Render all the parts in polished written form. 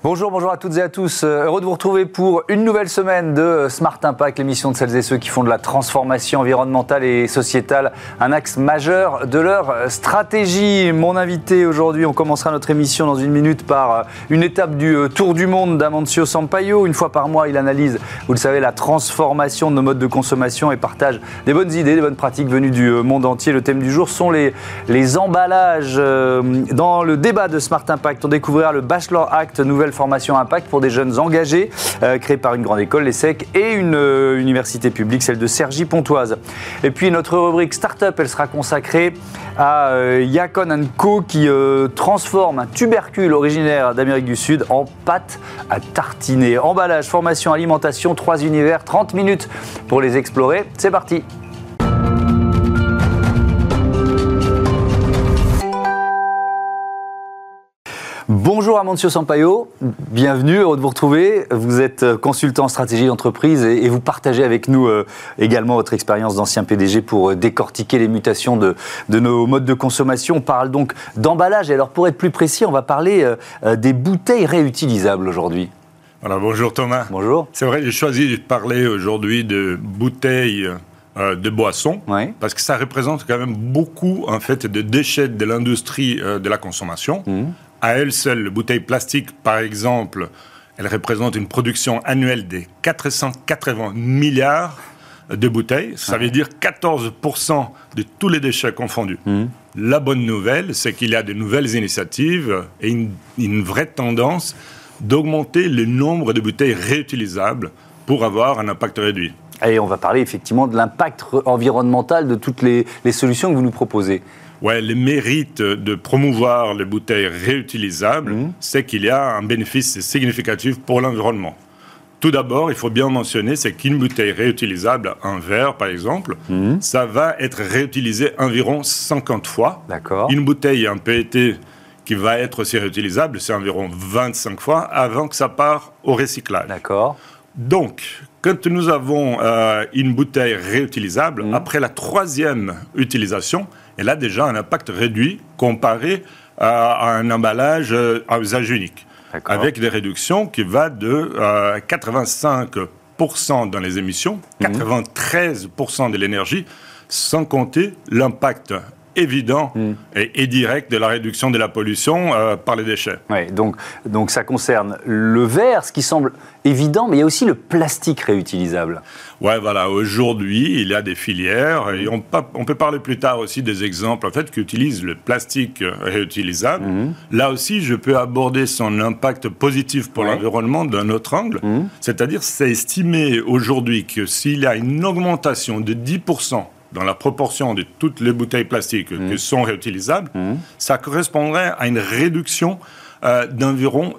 Bonjour à toutes et à tous. Heureux de vous retrouver pour une nouvelle semaine de Smart Impact, l'émission de celles et ceux qui font de la transformation environnementale et sociétale un axe majeur de leur stratégie. Mon invité aujourd'hui, on commencera notre émission dans une minute par une étape du Tour du Monde d'Amancio Sampaio. Une fois par mois, il analyse, vous le savez, la transformation de nos modes de consommation et partage des bonnes idées, des bonnes pratiques venues du monde entier. Le thème du jour sont les emballages. Dans le débat de Smart Impact, on découvrira le Bachelor Act, nouvelle formation Impact pour des jeunes engagés, créée par une grande école, l'ESSEC, et une université publique, celle de Cergy-Pontoise. Et puis notre rubrique Startup, elle sera consacrée à Yacon & Co qui transforme un tubercule originaire d'Amérique du Sud en pâte à tartiner. Emballage, formation, alimentation, 3 univers, 30 minutes pour les explorer. C'est parti! Bonjour Amancio Sampaio, bienvenue, heureux de vous retrouver. Vous êtes consultant en stratégie d'entreprise et vous partagez avec nous également votre expérience d'ancien PDG pour décortiquer les mutations de nos modes de consommation. On parle donc d'emballage. Et alors pour être plus précis, on va parler des bouteilles réutilisables aujourd'hui. Voilà, bonjour Thomas. Bonjour. C'est vrai, j'ai choisi de parler aujourd'hui de bouteilles de boissons, oui, parce que ça représente quand même beaucoup en fait de déchets de l'industrie de la consommation. À elle seule, les bouteilles plastiques, par exemple, elles représentent une production annuelle de 480 milliards de bouteilles. Ça veut dire 14% de tous les déchets confondus. La bonne nouvelle, c'est qu'il y a de nouvelles initiatives et une vraie tendance d'augmenter le nombre de bouteilles réutilisables pour avoir un impact réduit. Et on va parler effectivement de l'impact environnemental de toutes les solutions que vous nous proposez. Ouais, le mérite de promouvoir les bouteilles réutilisables, c'est qu'il y a un bénéfice significatif pour l'environnement. Tout d'abord, il faut bien mentionner, c'est qu'une bouteille réutilisable, un verre par exemple, ça va être réutilisé environ 50 fois. D'accord. Une bouteille en PET qui va être aussi réutilisable, c'est environ 25 fois avant que ça parte au recyclage. D'accord. Donc, quand nous avons une bouteille réutilisable, après la 3e utilisation, elle a déjà un impact réduit comparé à un emballage à usage unique, avec des réductions qui vont de 85% dans les émissions, 93% de l'énergie, sans compter l'impact évident et direct de la réduction de la pollution par les déchets. Oui, donc ça concerne le verre, ce qui semble évident, mais il y a aussi le plastique réutilisable. Ouais, voilà. Aujourd'hui, il y a des filières, et on peut parler plus tard aussi des exemples en fait, qui utilisent le plastique réutilisable. Là aussi, je peux aborder son impact positif pour l'environnement d'un autre angle. C'est-à-dire, c'est estimé aujourd'hui que s'il y a une augmentation de 10% dans la proportion de toutes les bouteilles plastiques qui sont réutilisables, ça correspondrait à une réduction d'environ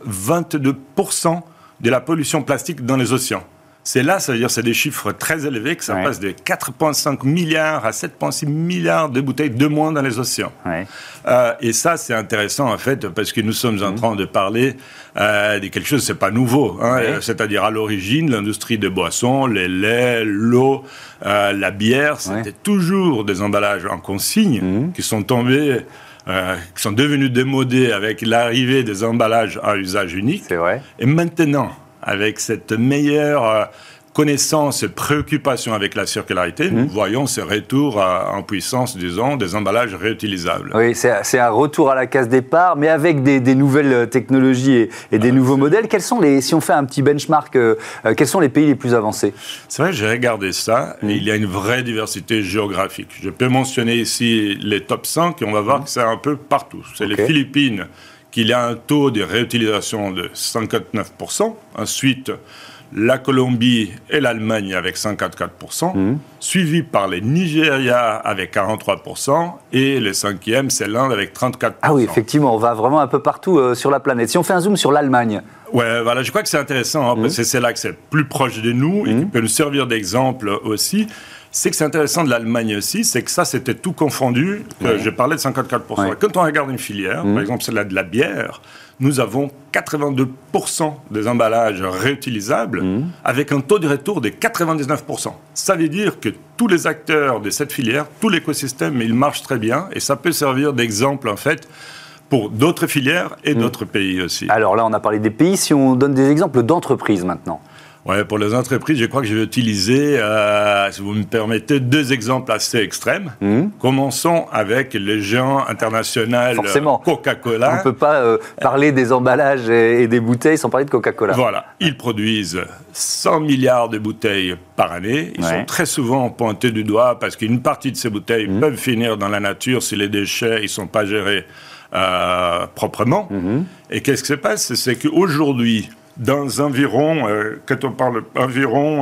22% de la pollution plastique dans les océans. C'est là, ça veut dire c'est des chiffres très élevés, que ça passe de 4,5 milliards à 7,6 milliards de bouteilles de moins dans les océans. Et ça, c'est intéressant, en fait, parce que nous sommes en train de parler de quelque chose, c'est pas nouveau. C'est-à-dire, à l'origine, l'industrie des boissons, les laits, l'eau, la bière, c'était toujours des emballages en consigne qui sont tombés, qui sont devenus démodés avec l'arrivée des emballages à usage unique. C'est vrai. Et maintenant, avec cette meilleure connaissance et préoccupation avec la circularité, nous voyons ce retour en puissance, disons, des emballages réutilisables. Oui, c'est un retour à la case départ, mais avec des nouvelles technologies et des nouveaux modèles. Quels sont si on fait un petit benchmark, quels sont les pays les plus avancés ? C'est vrai, j'ai regardé ça, et il y a une vraie diversité géographique. Je peux mentionner ici les top 5, et on va voir que c'est un peu partout. C'est les Philippines, qu'il y a un taux de réutilisation de 59%. Ensuite, la Colombie et l'Allemagne avec 54%, suivi par le Nigeria avec 43%, et le 5e, c'est l'Inde avec 34%. Ah oui, effectivement, on va vraiment un peu partout sur la planète. Si on fait un zoom sur l'Allemagne. Ouais, voilà, je crois que c'est intéressant, parce que c'est là que c'est plus proche de nous, et qui peut nous servir d'exemple aussi. C'est que c'est intéressant de l'Allemagne aussi, c'est que ça, c'était tout confondu. Je parlais de 54%. Et quand on regarde une filière, par exemple celle de la bière, nous avons 82% des emballages réutilisables avec un taux de retour de 99%. Ça veut dire que tous les acteurs de cette filière, tout l'écosystème, il marche très bien et ça peut servir d'exemple en fait pour d'autres filières et d'autres pays aussi. Alors là, on a parlé des pays. Si on donne des exemples d'entreprises maintenant. Ouais, pour les entreprises, je crois que je vais utiliser, si vous me permettez, 2 exemples assez extrêmes. Commençons avec le géant international Coca-Cola. On ne peut pas parler des emballages et des bouteilles sans parler de Coca-Cola. Voilà, ils produisent 100 milliards de bouteilles par année. Ils sont très souvent pointés du doigt parce qu'une partie de ces bouteilles peuvent finir dans la nature si les déchets ne sont pas gérés proprement. Et qu'est-ce qui se passe? C'est qu'aujourd'hui, dans environ, quand on parle environ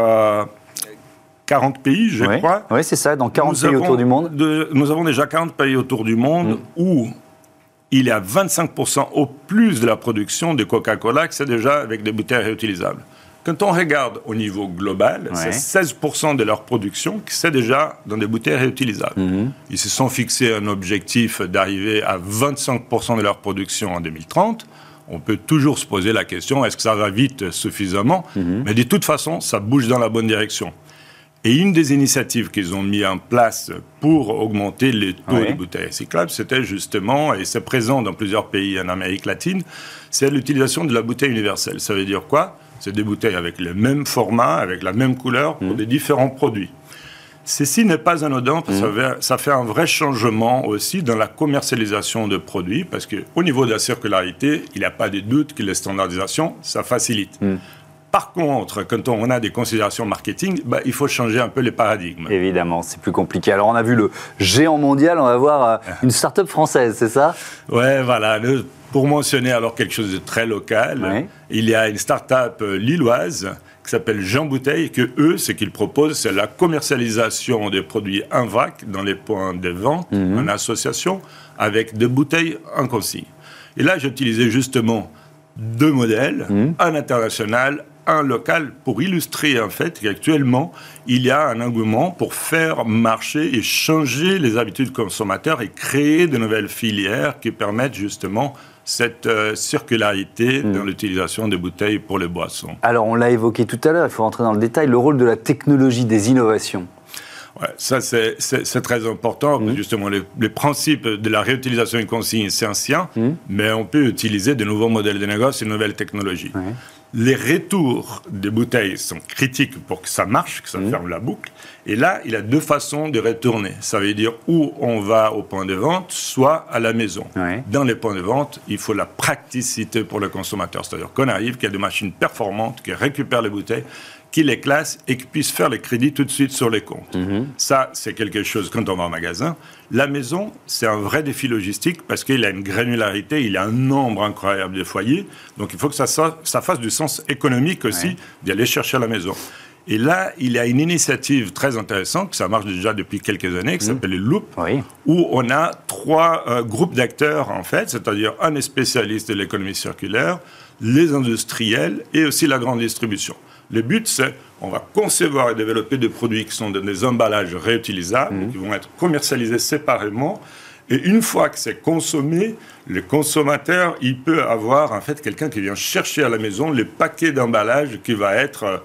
40 pays, je crois. Oui, c'est ça, dans 40 pays autour du monde. Nous avons déjà 40 pays autour du monde où il y a 25% au plus de la production de Coca-Cola que c'est déjà avec des bouteilles réutilisables. Quand on regarde au niveau global, c'est 16% de leur production qui c'est déjà dans des bouteilles réutilisables. Ils se sont fixés un objectif d'arriver à 25% de leur production en 2030. On peut toujours se poser la question, est-ce que ça va vite suffisamment? Mais de toute façon, ça bouge dans la bonne direction. Et une des initiatives qu'ils ont mis en place pour augmenter les taux de bouteilles recyclables, c'était justement, et c'est présent dans plusieurs pays en Amérique latine, c'est l'utilisation de la bouteille universelle. Ça veut dire quoi? C'est des bouteilles avec le même format, avec la même couleur, pour des différents produits. Ceci n'est pas anodin, parce que ça fait un vrai changement aussi dans la commercialisation de produits, parce qu'au niveau de la circularité, il n'y a pas de doute que les standardisations, ça facilite. Par contre, quand on a des considérations marketing, il faut changer un peu les paradigmes. Évidemment, c'est plus compliqué. Alors, on a vu le géant mondial, on va voir une start-up française, c'est ça? Ouais, voilà. Pour mentionner alors quelque chose de très local, il y a une start-up lilloise qui s'appelle Jean Bouteille, que eux, ce qu'ils proposent, c'est la commercialisation des produits en vrac dans les points de vente, en association, avec des bouteilles en consigne. Et là, j'ai utilisé justement 2 modèles, un international, un local, pour illustrer en fait qu'actuellement, il y a un engouement pour faire marcher et changer les habitudes consommateurs et créer de nouvelles filières qui permettent justement cette circularité dans l'utilisation des bouteilles pour les boissons. Alors, on l'a évoqué tout à l'heure, il faut rentrer dans le détail, le rôle de la technologie, des innovations. Ouais, ça, c'est très important. Justement, les principes de la réutilisation et consigne, c'est ancien, mais on peut utiliser de nouveaux modèles de négoce et de nouvelles technologies. Les retours des bouteilles sont critiques pour que ça marche, que ça ferme la boucle. Et là, il y a 2 façons de retourner. Ça veut dire où on va au point de vente, soit à la maison. Dans les points de vente, il faut la praticité pour le consommateur. C'est-à-dire qu'on arrive, qu'il y a des machines performantes qui récupèrent les bouteilles, qui les classent et qui puissent faire les crédits tout de suite sur les comptes. Ça, c'est quelque chose quand on va au magasin. La maison, c'est un vrai défi logistique parce qu'il a une granularité, il y a un nombre incroyable de foyers. Donc, il faut que ça fasse du sens économique aussi d'y aller chercher à la maison. Et là, il y a une initiative très intéressante, ça marche déjà depuis quelques années, qui s'appelle le Loop, où on a 3 groupes d'acteurs, en fait, c'est-à-dire un spécialiste de l'économie circulaire, les industriels et aussi la grande distribution. Le but, c'est on va concevoir et développer des produits qui sont dans des emballages réutilisables, qui vont être commercialisés séparément. Et une fois que c'est consommé, le consommateur, il peut avoir en fait quelqu'un qui vient chercher à la maison les paquets d'emballage qui va être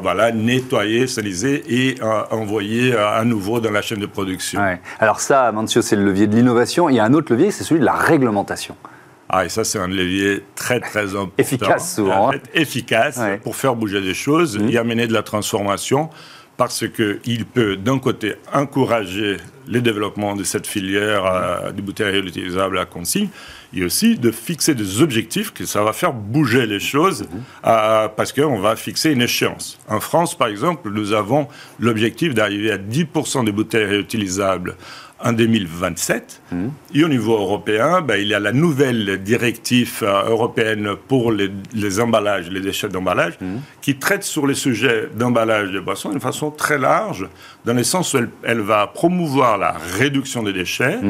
nettoyé, salisé et envoyé à nouveau dans la chaîne de production. Alors ça, Mancio, c'est le levier de l'innovation. Il y a un autre levier, c'est celui de la réglementation. Ah, et ça, c'est un levier très, très important. Efficace, souvent. Efficace pour faire bouger des choses et amener de la transformation, parce qu'il peut, d'un côté, encourager le développement de cette filière de bouteilles réutilisables à consigne, et aussi de fixer des objectifs, que ça va faire bouger les choses, parce qu'on va fixer une échéance. En France, par exemple, nous avons l'objectif d'arriver à 10% des bouteilles réutilisables en 2027. Et au niveau européen, il y a la nouvelle directive européenne pour les emballages, les déchets d'emballage, qui traite sur les sujets d'emballage de boissons d'une façon très large, dans le sens où elle va promouvoir la réduction des déchets,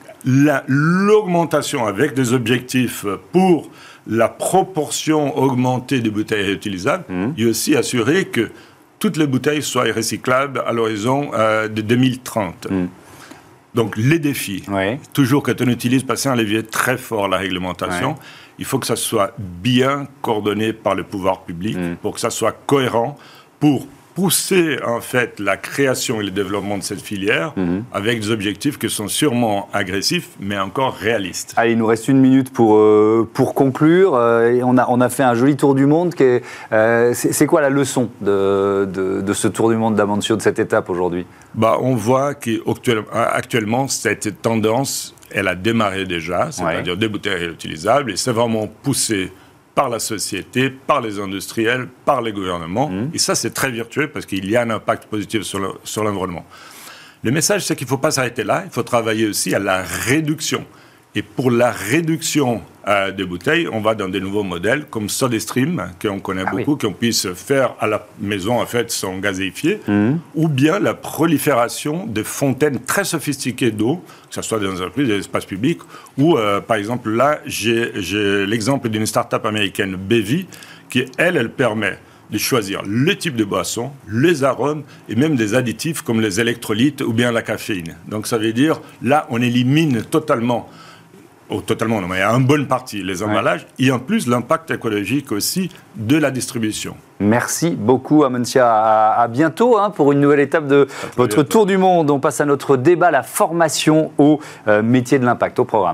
l'augmentation avec des objectifs pour la proportion augmentée des bouteilles réutilisables, et aussi assurer que toutes les bouteilles soient recyclables à l'horizon de 2030. Donc, les défis, toujours quand on utilise, parce que c'est un levier très fort, la réglementation, il faut que ça soit bien coordonné par le pouvoir public, pour que ça soit cohérent, pour pousser en fait la création et le développement de cette filière avec des objectifs qui sont sûrement agressifs, mais encore réalistes. Allez, il nous reste 1 minute pour conclure. Et on a fait un joli tour du monde. C'est quoi la leçon de ce tour du monde d'Amancio, de cette étape aujourd'hui ? On voit qu'actuellement, cette tendance, elle a démarré déjà, c'est-à-dire des bouteilles réutilisables, et c'est vraiment poussé par la société, par les industriels, par les gouvernements. Et ça, c'est très vertueux parce qu'il y a un impact positif sur l'environnement. Le message, c'est qu'il ne faut pas s'arrêter là. Il faut travailler aussi à la réduction. Et pour la réduction des bouteilles, on va dans des nouveaux modèles comme SodaStream, qu'on connaît beaucoup, qu'on puisse faire à la maison, en fait, sans gazéifier, ou bien la prolifération de fontaines très sophistiquées d'eau, que ce soit dans les entreprises, dans l'espace public, ou, par exemple, là, j'ai l'exemple d'une start-up américaine, Bevi, qui, elle permet de choisir le type de boisson, les arômes et même des additifs comme les électrolytes ou bien la caféine. Donc ça veut dire, là, on élimine totalement, mais en bonne partie les emballages, et en plus l'impact écologique aussi de la distribution. Merci beaucoup, Amancio. À bientôt pour une nouvelle étape de votre tour du monde. On passe à notre débat, la formation au métier de l'impact, au programme.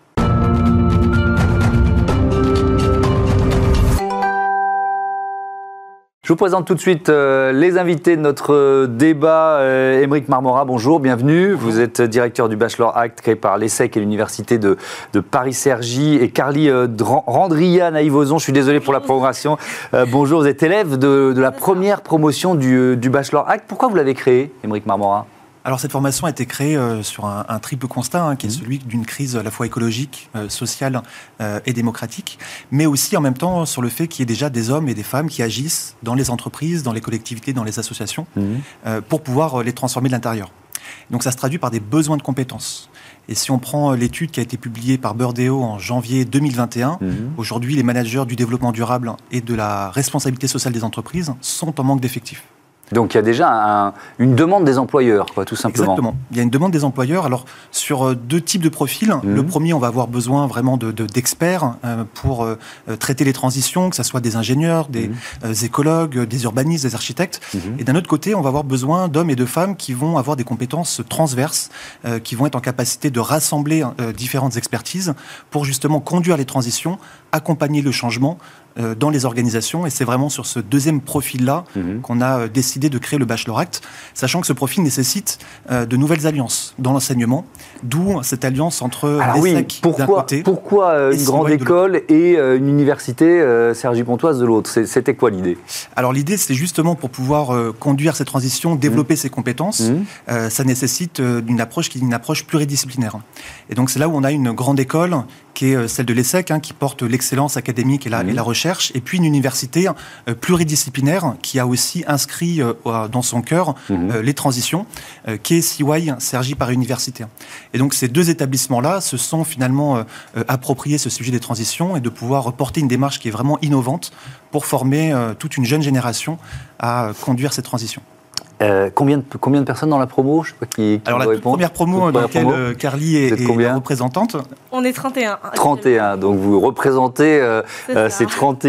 Je vous présente tout de suite les invités de notre débat. Aymeric Marmora, bonjour, bienvenue. Vous êtes directeur du Bachelor Act créé par l'ESSEC et l'Université de Paris-Cergy. Et Carly Randria-Naïvozon, je suis désolé pour la progression. Bonjour, vous êtes élève de la première promotion du Bachelor Act. Pourquoi vous l'avez créé, Aymeric Marmora ? Alors cette formation a été créée sur un triple constat, qui est celui d'une crise à la fois écologique, sociale et démocratique, mais aussi en même temps sur le fait qu'il y ait déjà des hommes et des femmes qui agissent dans les entreprises, dans les collectivités, dans les associations, pour pouvoir les transformer de l'intérieur. Donc ça se traduit par des besoins de compétences. Et si on prend l'étude qui a été publiée par Burdeo en janvier 2021, aujourd'hui les managers du développement durable et de la responsabilité sociale des entreprises sont en manque d'effectifs. Donc il y a déjà une demande des employeurs, tout simplement. Exactement. Il y a une demande des employeurs. Alors sur 2 types de profils. Le premier, on va avoir besoin vraiment d'experts pour traiter les transitions, que ce soit des ingénieurs, des écologues, des urbanistes, des architectes. Et d'un autre côté, on va avoir besoin d'hommes et de femmes qui vont avoir des compétences transverses, qui vont être en capacité de rassembler différentes expertises pour justement conduire les transitions, accompagner le changement dans les organisations. Et c'est vraiment sur ce deuxième profil-là qu'on a décidé de créer le Bachelor Act, sachant que ce profil nécessite de nouvelles alliances dans l'enseignement, d'où cette alliance entre l'ESSEC d'un côté. Pourquoi une grande école et une université Cergy-Pontoise de l'autre ? C'était quoi l'idée ? Alors l'idée, c'est justement pour pouvoir conduire ces transitions, développer ses compétences, ça nécessite une approche qui est une approche pluridisciplinaire. Et donc c'est là où on a une grande école qui est celle de l'ESSEC, qui porte l'excellence académique et la recherche, et puis une université pluridisciplinaire qui a aussi inscrit dans son cœur les transitions, qui est CY, Cergy Paris Université. Et donc ces 2 établissements-là se sont finalement appropriés ce sujet des transitions et de pouvoir porter une démarche qui est vraiment innovante pour former toute une jeune génération à conduire ces transitions. Combien de personnes dans la promo ? Je sais pas qui Alors la première promo dans laquelle Carly est la représentante. On est 31. 31, donc vous représentez ces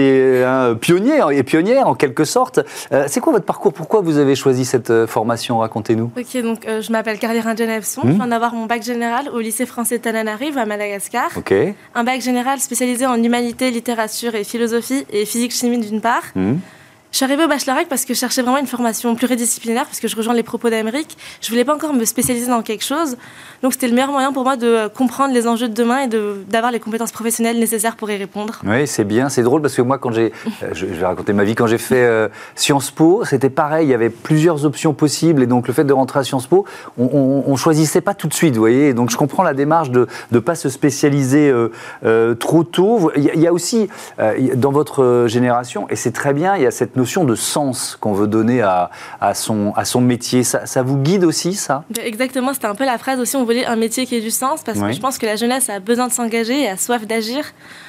31 pionniers et pionnières en quelque sorte. C'est quoi votre parcours ? Pourquoi vous avez choisi cette formation ? Racontez-nous. Ok, donc je m'appelle Carly Randria-Naïvozon. Je viens d'avoir mon bac général au lycée français Tananarive à Madagascar. Okay. Un bac général spécialisé en humanité, littérature et philosophie et physique-chimie d'une part. Je suis arrivée au Bachelor Act parce que je cherchais vraiment une formation pluridisciplinaire, parce que je rejoins les propos d'Aymeric. Je ne voulais pas encore me spécialiser dans quelque chose. Donc c'était le meilleur moyen pour moi de comprendre les enjeux de demain et d'avoir les compétences professionnelles nécessaires pour y répondre. Oui, c'est bien, c'est drôle parce que moi, quand je vais raconter ma vie, quand j'ai fait Sciences Po, c'était pareil, il y avait plusieurs options possibles et donc le fait de rentrer à Sciences Po, on ne choisissait pas tout de suite, vous voyez. Donc je comprends la démarche de ne pas se spécialiser trop tôt. Il y a aussi, dans votre génération, et c'est très bien, il y a cette notion de sens qu'on veut donner à son métier. Ça vous guide aussi, ça ? Exactement, c'était un peu la phrase aussi, on voulait un métier qui ait du sens, parce que je pense que la jeunesse a besoin de s'engager et a soif d'agir.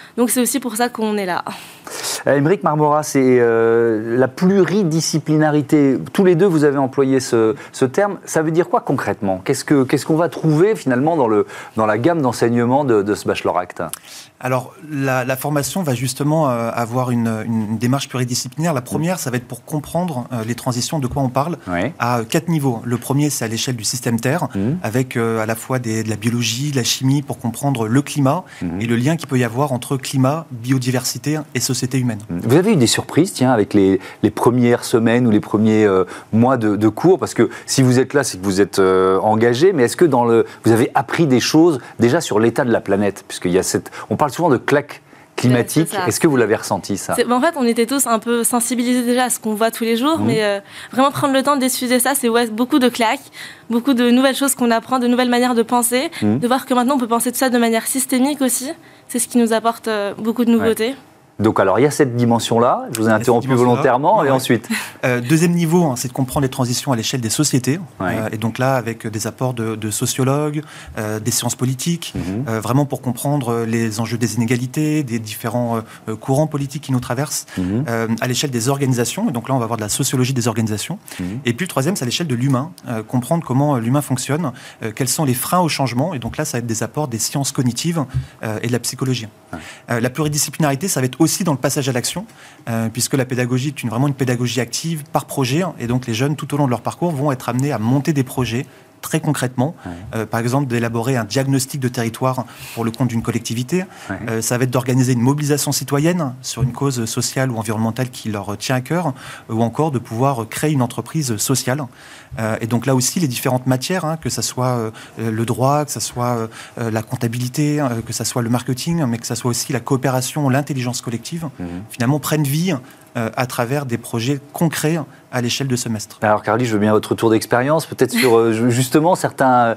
Donc c'est aussi pour ça qu'on est là. Aymeric Marmora, c'est la pluridisciplinarité. Tous les deux, vous avez employé ce terme. Ça veut dire quoi concrètement ? Qu'est-ce qu'on va trouver finalement dans la gamme d'enseignement de ce Bachelor Act ? Alors, la formation va justement avoir une démarche pluridisciplinaire. La première, ça va être pour comprendre les transitions, de quoi on parle, à 4 niveaux. Le premier, c'est à l'échelle du système Terre, avec à la fois de la biologie, de la chimie, pour comprendre le climat et le lien qu'il peut y avoir entre climat, biodiversité et société humaine. Vous avez eu des surprises, tiens, avec les premières semaines ou les premiers mois de cours, parce que si vous êtes là, c'est que vous êtes engagé, mais est-ce que vous avez appris des choses déjà sur l'état de la planète ? Puisqu'il y a on parle souvent de claque climatique. Est-ce que vous l'avez ressenti, ça ? En fait, on était tous un peu sensibilisés déjà à ce qu'on voit tous les jours, mais vraiment prendre le temps d'étudier ça, c'est beaucoup de claques, beaucoup de nouvelles choses qu'on apprend, de nouvelles manières de penser, de voir que maintenant on peut penser tout ça de manière systémique aussi. C'est ce qui nous apporte beaucoup de nouveautés. Donc alors, il y a cette dimension-là, je vous ai interrompu volontairement, et ensuite deuxième niveau, c'est de comprendre les transitions à l'échelle des sociétés, et donc là, avec des apports de sociologues, des sciences politiques, vraiment pour comprendre les enjeux des inégalités, des différents courants politiques qui nous traversent, à l'échelle des organisations, et donc là, on va avoir de la sociologie des organisations, et puis le troisième, c'est à l'échelle de l'humain, comprendre comment l'humain fonctionne, quels sont les freins au changement, et donc là, ça va être des apports des sciences cognitives et de la psychologie. La pluridisciplinarité, ça va être aussi dans le passage à l'action, puisque la pédagogie est vraiment une pédagogie active par projet, et donc les jeunes, tout au long de leur parcours, vont être amenés à monter des projets très concrètement, par exemple d'élaborer un diagnostic de territoire pour le compte d'une collectivité, ça va être d'organiser une mobilisation citoyenne sur une cause sociale ou environnementale qui leur tient à cœur, ou encore de pouvoir créer une entreprise sociale. Et donc là aussi, les différentes matières, que ce soit le droit, que ce soit la comptabilité, que ce soit le marketing, mais que ce soit aussi la coopération, l'intelligence collective, finalement prennent vie à travers des projets concrets à l'échelle de semestre. Alors Carly, je veux bien votre retour d'expérience, peut-être sur justement certains,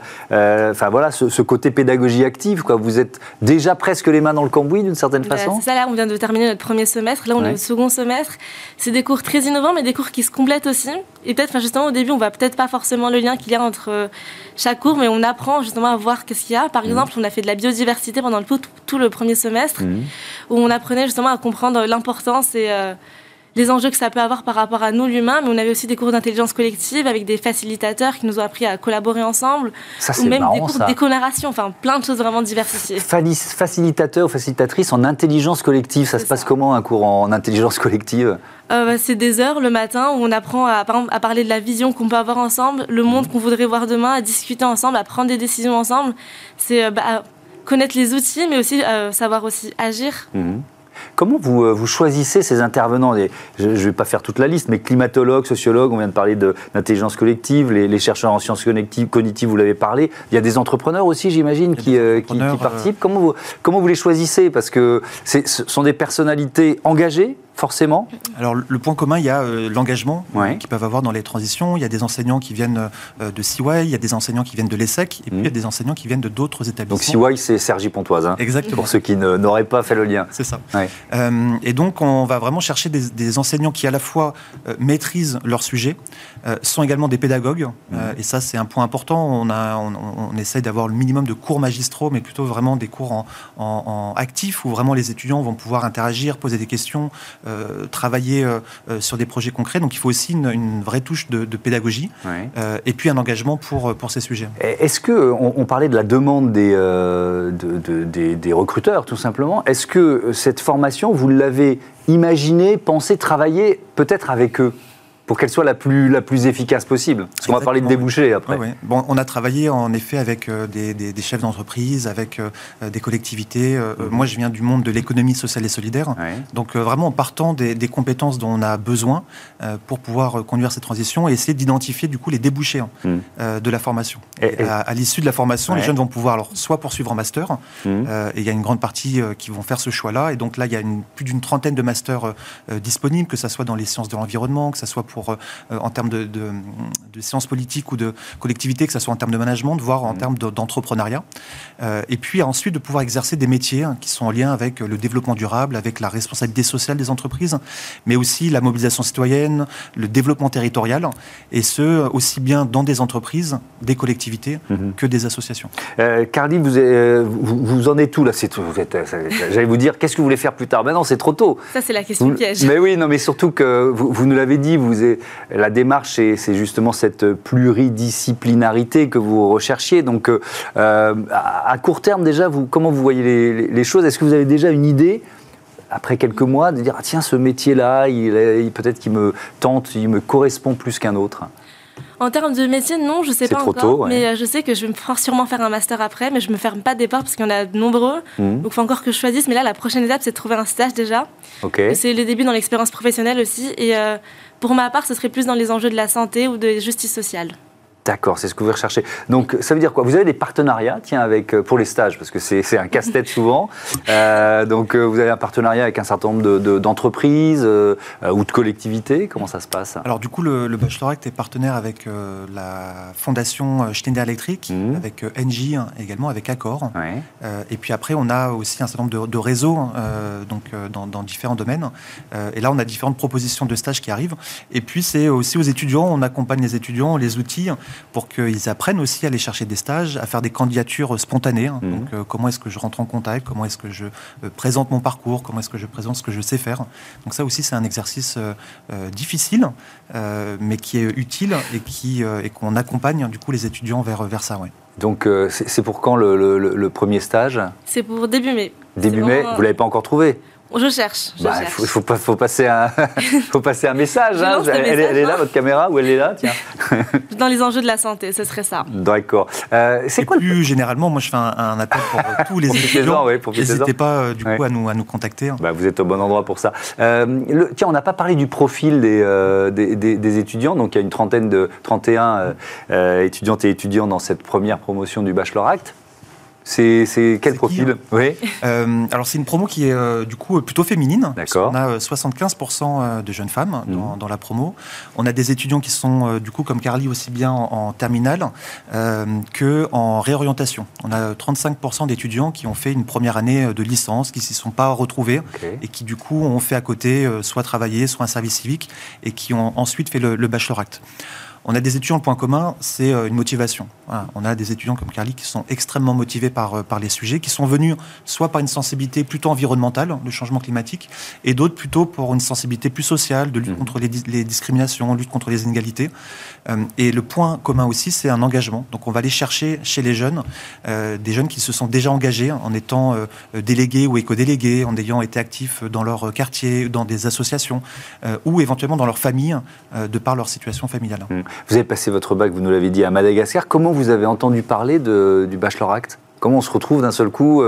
ce côté pédagogie active, quoi. Vous êtes déjà presque les mains dans le cambouis d'une certaine façon. C'est ça, là on vient de terminer notre premier semestre, là on est au second semestre. C'est des cours très innovants, mais des cours qui se complètent aussi. Et peut-être, justement au début, on voit peut-être pas forcément le lien qu'il y a entre chaque cours, mais on apprend justement à voir qu'est-ce qu'il y a. Par exemple, on a fait de la biodiversité pendant tout le premier semestre, où on apprenait justement à comprendre l'importance et les enjeux que ça peut avoir par rapport à nous, l'humain, mais on avait aussi des cours d'intelligence collective avec des facilitateurs qui nous ont appris à collaborer ensemble, ça, ou même marrant, des cours de décoloration, enfin plein de choses vraiment diversifiées. Facilitateur ou facilitatrice en intelligence collective, ça se passe comment un cours en intelligence collective ? C'est des heures le matin où on apprend par exemple, à parler de la vision qu'on peut avoir ensemble, le monde qu'on voudrait voir demain, à discuter ensemble, à prendre des décisions ensemble. C'est connaître les outils, mais aussi savoir aussi agir. Comment vous choisissez ces intervenants ? Je ne vais pas faire toute la liste, mais climatologues, sociologues, on vient de parler d'intelligence collective, les chercheurs en sciences cognitives, vous l'avez parlé. Il y a des entrepreneurs aussi, j'imagine, qui participent. Comment vous les choisissez ? Parce que ce sont des personnalités engagées, forcément. Alors, le point commun, il y a l'engagement qu'ils peuvent avoir dans les transitions. Il y a des enseignants qui viennent de CY, il y a des enseignants qui viennent de l'ESSEC, et puis il y a des enseignants qui viennent de d'autres établissements. Donc CY, c'est Cergy-Pontoise, Exactement. Pour ceux qui n'auraient pas fait le lien. C'est ça. Et donc, on va vraiment chercher des enseignants qui, à la fois, maîtrisent leur sujet, sont également des pédagogues, et ça, c'est un point important. On essaye d'avoir le minimum de cours magistraux, mais plutôt vraiment des cours en actif, où vraiment les étudiants vont pouvoir interagir, poser des questions, travailler sur des projets concrets. Donc il faut aussi une vraie touche de pédagogie et puis un engagement pour ces sujets. Est-ce qu'on parlait de la demande des recruteurs, tout simplement. Est-ce que cette formation, vous l'avez imaginée, pensée, travaillée peut-être avec eux pour qu'elle soit la plus efficace possible. Parce qu'on va parler de débouchés après. Oui. Bon, on a travaillé en effet avec des chefs d'entreprise, avec des collectivités. Moi, je viens du monde de l'économie sociale et solidaire. Donc vraiment en partant des compétences dont on a besoin pour pouvoir conduire cette transition et essayer d'identifier du coup les débouchés de la formation. À l'issue de la formation, les jeunes vont pouvoir soit poursuivre en master, et il y a une grande partie qui vont faire ce choix-là. Et donc là, il y a plus d'une trentaine de masters disponibles, que ce soit dans les sciences de l'environnement, que ce soit en termes de sciences politiques ou de collectivité, que ce soit en termes de management, voire en termes d'entrepreneuriat. Et puis ensuite de pouvoir exercer des métiers qui sont en lien avec le développement durable, avec la responsabilité sociale des entreprises, mais aussi la mobilisation citoyenne, le développement territorial, et ce, aussi bien dans des entreprises, des collectivités, que des associations. Carly, vous en êtes où là? J'allais vous dire, qu'est-ce que vous voulez faire plus tard? Ben non, c'est trop tôt. Ça, c'est la question piège. Mais oui, non, mais surtout que vous nous l'avez dit, la démarche, c'est justement cette pluridisciplinarité que vous recherchiez. Donc, à court terme, déjà, comment vous voyez les choses? Est-ce que vous avez déjà une idée, après quelques mois, de dire tiens, ce métier-là, peut-être qu'il me tente, il me correspond plus qu'un autre? En termes de métier, non, je ne sais pas encore. Tôt, ouais. Mais je sais que je vais sûrement faire un master après, mais je ne me ferme pas des portes parce qu'il y en a de nombreux. Donc, il faut encore que je choisisse. Mais là, la prochaine étape, c'est de trouver un stage déjà. Okay. C'est le début dans l'expérience professionnelle aussi. Et pour ma part, ce serait plus dans les enjeux de la santé ou de justice sociale. D'accord, c'est ce que vous recherchez. Donc, ça veut dire quoi? Vous avez des partenariats, pour les stages, parce que c'est un casse-tête souvent. Donc, vous avez un partenariat avec un certain nombre d'entreprises ou de collectivités. Comment ça se passe? Alors, du coup, le Bachelor-Act est partenaire avec la fondation Schneider Electric, avec Engie également, avec Accor. Ouais. Et puis après, on a aussi un certain nombre de réseaux dans différents domaines. Et là, on a différentes propositions de stages qui arrivent. Et puis, c'est aussi aux étudiants. On accompagne les étudiants, les outils, pour qu'ils apprennent aussi à aller chercher des stages, à faire des candidatures spontanées. Donc, comment est-ce que je rentre en contact, comment est-ce que je présente mon parcours, comment est-ce que je présente ce que je sais faire. Donc ça aussi, c'est un exercice difficile, mais qui est utile et qu'on accompagne du coup les étudiants vers ça. Ouais. Donc, c'est pour quand le premier stage? C'est pour début mai. Début mai, vous ne l'avez pas encore trouvé? Je cherche. Il faut passer un message. Hein. Elle est là, votre caméra, ou elle est là? Tiens. Dans les enjeux de la santé, ce serait ça. D'accord. Plus généralement, moi je fais un appel pour tous les étudiants. N'hésitez pas du coup à nous contacter. Vous êtes au bon endroit pour ça. Tiens, on n'a pas parlé du profil des étudiants. Donc il y a une 31 étudiantes et étudiants dans cette première promotion du Bachelor Act. C'est quel profil? Oui. Alors c'est une promo qui est du coup plutôt féminine. D'accord. On a 75% de jeunes femmes dans la promo. On a des étudiants qui sont du coup comme Carly aussi bien en terminale que en réorientation. On a 35% d'étudiants qui ont fait une première année de licence, qui s'y sont pas retrouvés et qui du coup ont fait à côté soit travailler, soit un service civique et qui ont ensuite fait le Bachelor Act. On a des étudiants, le point commun, c'est une motivation. Voilà. On a des étudiants comme Carly qui sont extrêmement motivés par les sujets, qui sont venus soit par une sensibilité plutôt environnementale, le changement climatique, et d'autres plutôt pour une sensibilité plus sociale, de lutte contre les discriminations, lutte contre les inégalités. Et le point commun aussi, c'est un engagement. Donc on va aller chercher chez les jeunes, des jeunes qui se sont déjà engagés en étant délégués ou éco-délégués, en ayant été actifs dans leur quartier, dans des associations, ou éventuellement dans leur famille, de par leur situation familiale. Vous avez passé votre bac, vous nous l'avez dit, à Madagascar. Comment vous avez entendu parler du Bachelor Act? Comment on se retrouve d'un seul coup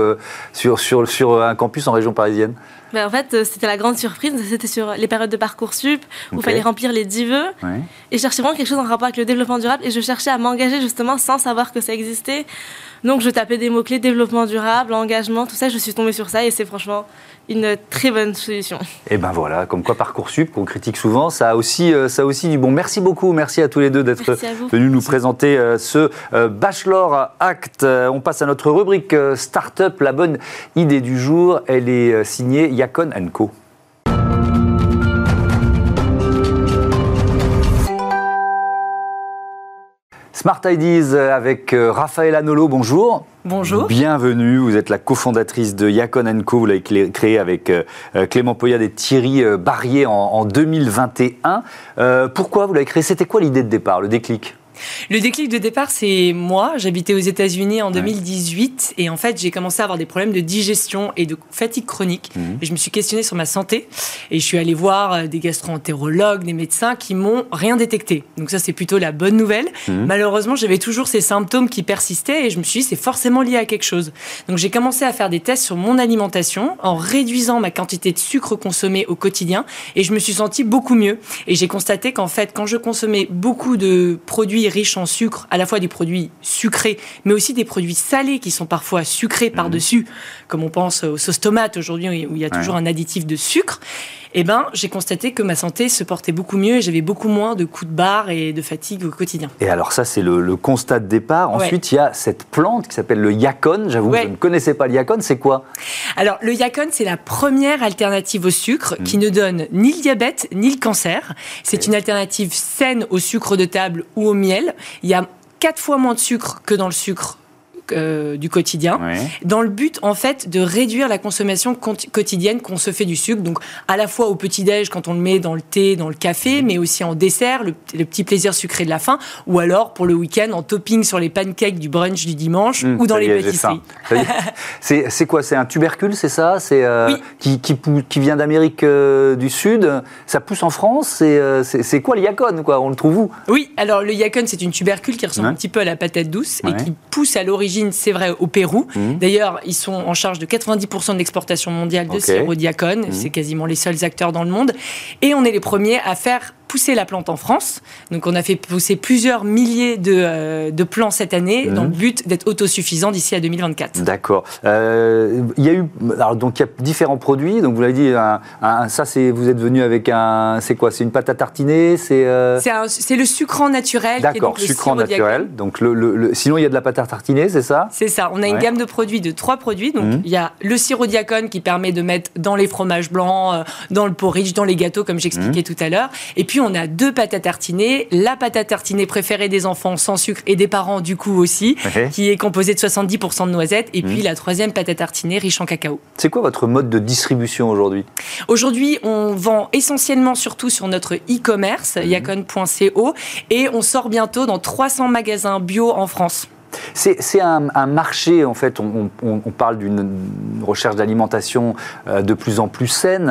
sur un campus en région parisienne? En fait, c'était la grande surprise. C'était sur les périodes de Parcoursup où il fallait remplir les 10 vœux. Ouais. Et je cherchais vraiment quelque chose en rapport avec le développement durable. Et je cherchais à m'engager justement sans savoir que ça existait. Donc je tapais des mots-clés, développement durable, engagement, tout ça. Je suis tombée sur ça et c'est franchement une très bonne solution. Et ben voilà, comme quoi Parcoursup, qu'on critique souvent, ça a aussi du bon. Merci beaucoup, merci à tous les deux d'être venus nous présenter ce Bachelor Act. On passe à notre rubrique Start-up, la bonne idée du jour. Elle est signée Yacon & Co. Smart Ideas avec Raphaël Nolo, bonjour. Bonjour. Bienvenue, vous êtes la cofondatrice de Yacon & Co. Vous l'avez créé avec Clément Poyade et Thierry Barrier en 2021. Pourquoi vous l'avez créé? C'était quoi l'idée de départ, le déclic? Le déclic de départ, c'est moi. J'habitais aux États-Unis en 2018 et en fait, j'ai commencé à avoir des problèmes de digestion et de fatigue chronique. Et je me suis questionnée sur ma santé et je suis allée voir des gastro-entérologues, des médecins qui m'ont rien détecté. Donc ça, c'est plutôt la bonne nouvelle. Malheureusement, j'avais toujours ces symptômes qui persistaient et je me suis dit, c'est forcément lié à quelque chose. Donc j'ai commencé à faire des tests sur mon alimentation en réduisant ma quantité de sucre consommée au quotidien et je me suis sentie beaucoup mieux. Et j'ai constaté qu'en fait, quand je consommais beaucoup de produits riches en sucre, à la fois des produits sucrés, mais aussi des produits salés qui sont parfois sucrés par-dessus, comme on pense aux sauces tomates aujourd'hui où il y a toujours un additif de sucre, j'ai constaté que ma santé se portait beaucoup mieux et j'avais beaucoup moins de coups de barre et de fatigue au quotidien. Et alors ça, c'est le constat de départ. Ensuite, il y a cette plante qui s'appelle le Yacon. J'avoue que je ne connaissais pas le Yacon. C'est quoi ? Alors, le Yacon, c'est la première alternative au sucre qui ne donne ni le diabète ni le cancer. C'est une alternative saine au sucre de table ou au miel. Il y a 4 fois moins de sucre que dans le sucre du quotidien, dans le but en fait de réduire la consommation quotidienne qu'on se fait du sucre, donc à la fois au petit-déj quand on le met dans le thé, dans le café, mais aussi en dessert, le petit plaisir sucré de la fin, ou alors pour le week-end en topping sur les pancakes du brunch du dimanche ou dans les pâtisseries. C'est quoi ? C'est un tubercule, c'est ça ? C'est qui vient d'Amérique du Sud. Ça pousse en France. C'est quoi le Yacon, quoi ? On le trouve où ? Oui, alors le Yacon, c'est une tubercule qui ressemble un petit peu à la patate douce et qui pousse à l'origine, c'est vrai, au Pérou. D'ailleurs, ils sont en charge de 90% de l'exportation mondiale de sirop de Yacon. C'est quasiment les seuls acteurs dans le monde. Et on est les premiers à faire pousser la plante en France. Donc, on a fait pousser plusieurs milliers de plants cette année dans le but d'être autosuffisant d'ici à 2024. D'accord. Il y a différents produits. Donc, vous l'avez dit, vous êtes venu avec c'est quoi ? C'est une pâte à tartiner ? C'est le sucrant naturel. D'accord, sucrant naturel. Donc, sinon, il y a de la pâte à tartiner, c'est ça ? C'est ça. On a une gamme de produits, de 3 produits. Donc, il y a le sirop de Yacon qui permet de mettre dans les fromages blancs, dans le porridge, dans les gâteaux, comme j'expliquais tout à l'heure. Et puis, on a 2 pâtes à tartiner. La pâte à tartiner préférée des enfants sans sucre et des parents, du coup, aussi, qui est composée de 70% de noisettes. Et puis, la 3e pâte à tartiner riche en cacao. C'est quoi votre mode de distribution aujourd'hui ? Aujourd'hui, on vend essentiellement surtout sur notre e-commerce, yacon.co, et on sort bientôt dans 300 magasins bio en France. C'est un marché, en fait, on parle d'une recherche d'alimentation de plus en plus saine,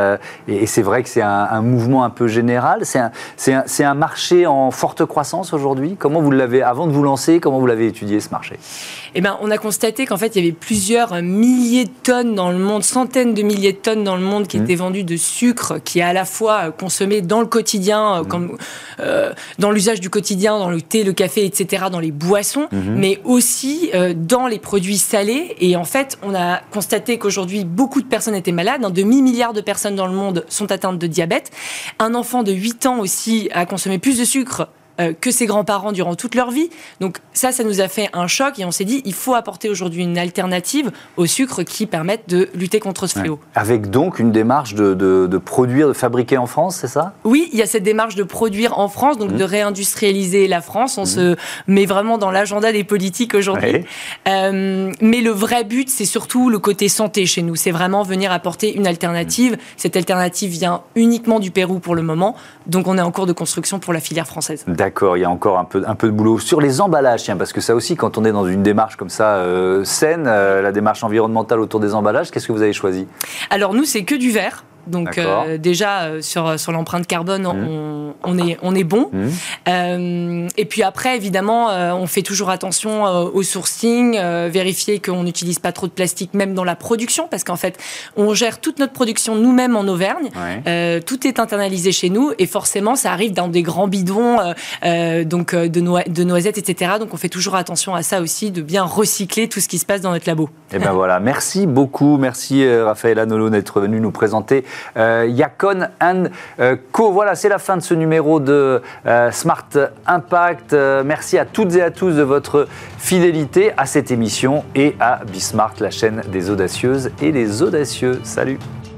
et c'est vrai que c'est un mouvement un peu général. C'est un marché en forte croissance aujourd'hui. Comment vous l'avez, avant de vous lancer, comment vous l'avez étudié ce marché ? On a constaté qu'en fait, il y avait plusieurs milliers de tonnes dans le monde, centaines de milliers de tonnes dans le monde qui étaient vendues de sucre, qui est à la fois consommé dans le quotidien, comme dans l'usage du quotidien, dans le thé, le café, etc., dans les boissons, mais aussi dans les produits salés. Et en fait, on a constaté qu'aujourd'hui, beaucoup de personnes étaient malades. Un demi-milliard de personnes dans le monde sont atteintes de diabète. Un enfant de 8 ans aussi a consommé plus de sucre que ses grands-parents durant toute leur vie. Donc ça nous a fait un choc et on s'est dit, il faut apporter aujourd'hui une alternative au sucre qui permette de lutter contre ce fléau. Avec donc une démarche de produire, de fabriquer en France, c'est ça ? Oui, il y a cette démarche de produire en France, donc de réindustrialiser la France. On se met vraiment dans l'agenda des politiques aujourd'hui. Mais le vrai but, c'est surtout le côté santé chez nous. C'est vraiment venir apporter une alternative. Cette alternative vient uniquement du Pérou pour le moment. Donc on est en cours de construction pour la filière française. D'accord, il y a encore un peu de boulot. Sur les emballages, tiens, parce que ça aussi, quand on est dans une démarche comme ça saine, la démarche environnementale autour des emballages, qu'est-ce que vous avez choisi ? Alors nous, c'est que du verre. Donc déjà, sur l'empreinte carbone, on est bon. Et puis après, évidemment, on fait toujours attention au sourcing, vérifier qu'on n'utilise pas trop de plastique, même dans la production, parce qu'en fait, on gère toute notre production nous-mêmes en Auvergne. Tout est internalisé chez nous, et forcément, ça arrive dans des grands bidons de noisettes, etc. Donc on fait toujours attention à ça aussi, de bien recycler tout ce qui se passe dans notre labo. Et ben voilà, merci beaucoup. Merci Raphaëlla Nolot d'être venue nous présenter Yacon & Co. Voilà, c'est la fin de ce numéro de Smart Impact. Merci à toutes et à tous de votre fidélité à cette émission et à Bismart, la chaîne des audacieuses et des audacieux. Salut.